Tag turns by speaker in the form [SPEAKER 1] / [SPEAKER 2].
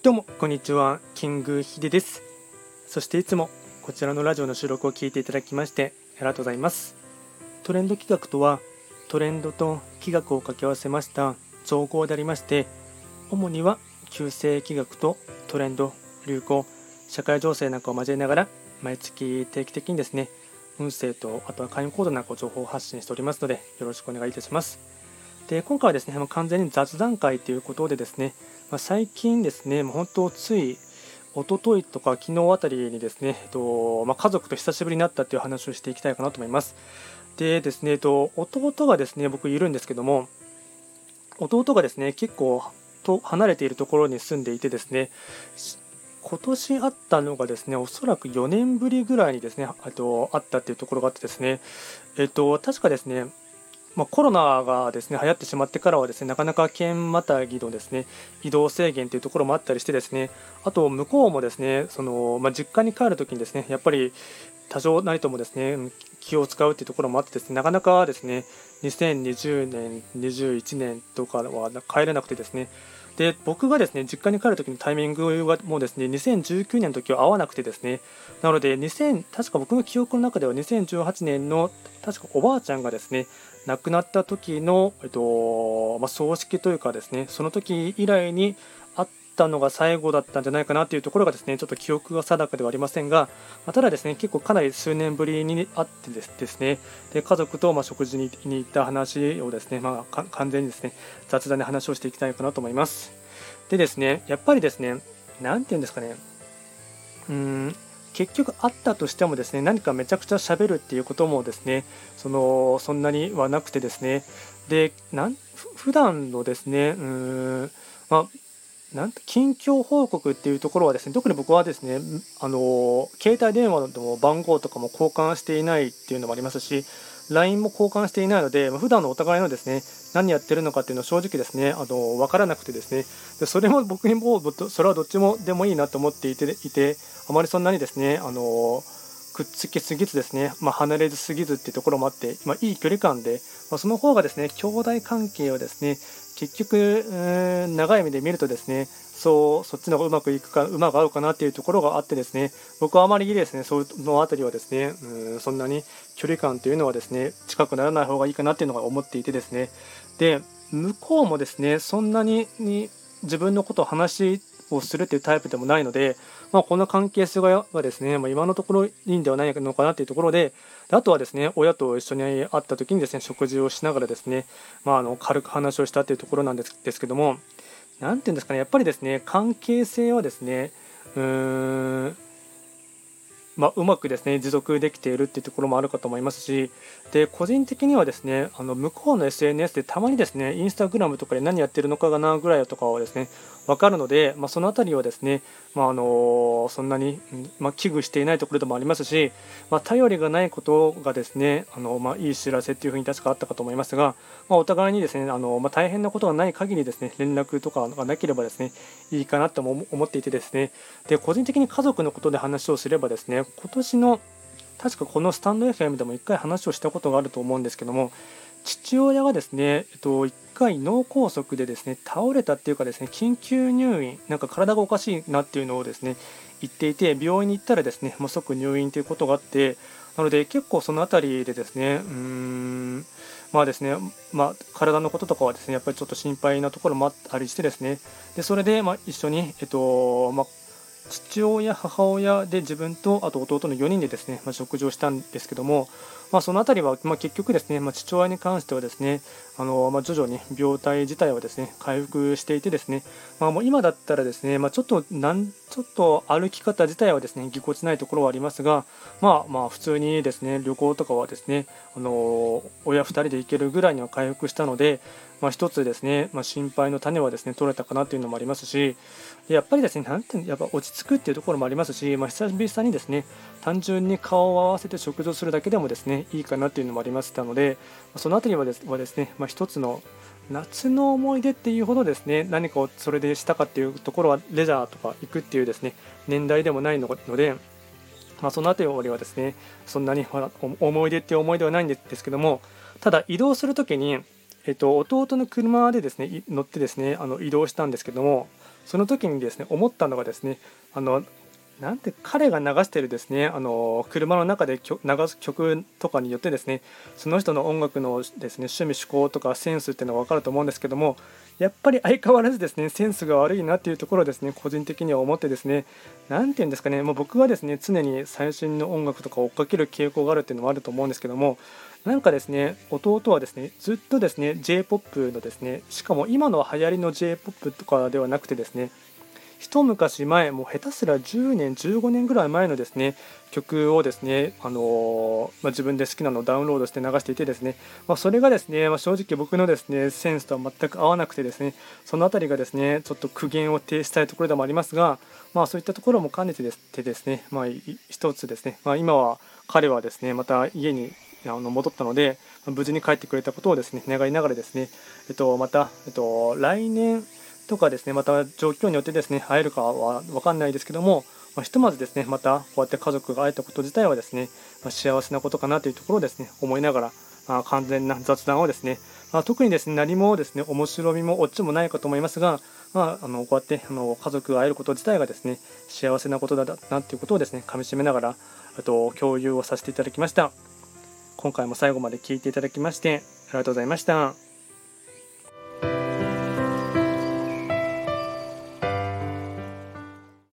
[SPEAKER 1] どうもこんにちは、キングヒデです。そしていつもこちらのラジオの収録を聞いていただきましてありがとうございます。トレンド企画とは、トレンドと企画を掛け合わせました造語でありまして、主には旧世企画とトレンド、流行、社会情勢なんかを交えながら毎月定期的にですね、運勢とあとは会員コードなんかを情報発信しておりますので、よろしくお願いいたします。で、今回はですね、完全に雑談会ということでですね、最近ですね、本当つい一昨日とか昨日あたりにですね、家族と久しぶりになったという話をしていきたいかなと思います。でですね、弟がですね、僕いるんですけども、弟がですね、結構離れているところに住んでいてですね、今年あったのがですね、おそらく4年ぶりぐらいにですね、あったっていうところがあってですね、確かですね、コロナがですね流行ってしまってからはですね、なかなか県またぎのですね移動制限というところもあったりしてですね、あと向こうもですね実家に帰るときにですね、やっぱり多少なりともですね気を使うというところもあってですね、なかなかですね2020年、21年とかは帰れなくてですね、で僕がですね実家に帰るときのタイミングがもうですね2019年の時は合わなくてですね、なので確か僕の記憶の中では2018年の確かおばあちゃんがですね亡くなった時の、葬式というかですね、その時以来にあったのが最後だったんじゃないかなというところがですね、ちょっと記憶が定かではありませんが、ただですね、結構かなり数年ぶりに会ってですね、で家族と食事に行った話をですね、完全にですね、雑談で話をしていきたいかなと思います。でですね、やっぱりですね、なんていうんですかね、結局あったとしてもですね、何かめちゃくちゃ喋るっていうこともですね、そんなにはなくてですね、で、普段のですね、近況報告っていうところはですね、特に僕はですね、携帯電話の番号とかも交換していないっていうのもありますし、LINE も交換していないので、普段のお互いのですね、何やってるのかっていうのは正直ですね、分からなくてですね、でそれも僕にもそれはどっちもでもいいなと思っていて、あまりそんなにですね、くっつきすぎずですね、離れすぎずっていうところもあって、いい距離感で、その方がですね、兄弟関係をですね、結局、長い目で見るとですね、そっちの方がうまくいくか、馬が合うかなっていうところがあってですね、僕はあまりですね、そのあたりはですね、そんなに距離感というのはですね、近くならない方がいいかなっていうのが思っていてですね、で、向こうもですね、そんなに自分のことを話をするというタイプでもないので、この関係性がですね、今のところいいんではないのかなというところで、あとはですね、親と一緒に会った時にですね、食事をしながらですね、軽く話をしたというところなんですけども、なんていうんですかね、やっぱりですね、関係性はですね、うーん、うまくですね持続できているっていうところもあるかと思いますし、で個人的にはですね、向こうの SNS でたまにですね、インスタグラムとかで何やってるのかなぐらいとかはですね分かるので、そのあたりはですね、そんなに、危惧していないところでもありますし、頼りがないことがですね、いい知らせっていうふうに確かあったかと思いますが、お互いにですね、大変なことがない限りですね、連絡とかがなければですね、いいかなとも思っていてですね、で個人的に家族のことで話をすればですね、今年の確かこのスタンド FM でも1回話をしたことがあると思うんですけども、父親がですね、1回脳梗塞でですね倒れたっていうかですね、緊急入院、なんか体がおかしいなっていうのをですね言っていて、病院に行ったらですね、即入院ということがあって、なので結構そのあたりでですね、ですね、体のこととかはですね、やっぱりちょっと心配なところもあったりしてですね、でそれで一緒に、父親、母親で自分とあと弟の4人でですね、食事をしたんですけども、そのあたりは、結局ですね、父親に関してはですね、徐々に病態自体はですね回復していてですね、もう今だったらですね、ちょっと歩き方自体はですねぎこちないところはありますが、普通にですね旅行とかはですね、親2人で行けるぐらいには回復したので、一つですね、心配の種はですね取れたかなというのもありますし、やっぱりですね、やっぱ落ち着くっていうところもありますし、久々にですね、単純に顔を合わせて食事をするだけでもですね、いいかなっていうのもありましたので、そのあたりはですね、一つの夏の思い出っていうほどですね、何かをそれでしたかっていうところは、レジャーとか行くっていうですね、年代でもないので、そのあたりはですね、そんなに思い出っていう思い出はないんですけども、ただ移動するときに、弟の車でですね乗ってですね移動したんですけども、 その時にですね思ったのがですね、なんて彼が流してるですね車の中で流す曲とかによってですね、その人の音楽のですね趣味嗜好とかセンスっていうのが分かると思うんですけども、やっぱり相変わらずですねセンスが悪いなっていうところをですね個人的には思ってですね、なんていうんですかね、もう僕はですね常に最新の音楽とかを追っかける傾向があるっていうのもあると思うんですけども、なんかですね弟はですねずっとですね J-POP のですね、しかも今の流行りの J-POP とかではなくてですね、一昔前、もう下手すら10年、15年ぐらい前のですね曲をですね、自分で好きなのをダウンロードして流していてですね、それがですね、正直僕のですねセンスとは全く合わなくてですね、そのあたりがですねちょっと苦言を呈したいところでもありますが、そういったところも兼ねてですね、一つですね、今は彼はですねまた家に戻ったので、無事に帰ってくれたことをですね願いながらですね、また、来年とかですね、また状況によってですね、会えるかは分かんないですけども、ひとまずですね、またこうやって家族が会えたこと自体はですね、幸せなことかなというところをですね、思いながら、完全な雑談をですね、特にですね、何もですね、面白みもオチもないかと思いますが、こうやって家族が会えること自体がですね、幸せなことだなということをですね、かみしめながら、共有をさせていただきました。今回も最後まで聞いていただきまして、ありがとうございました。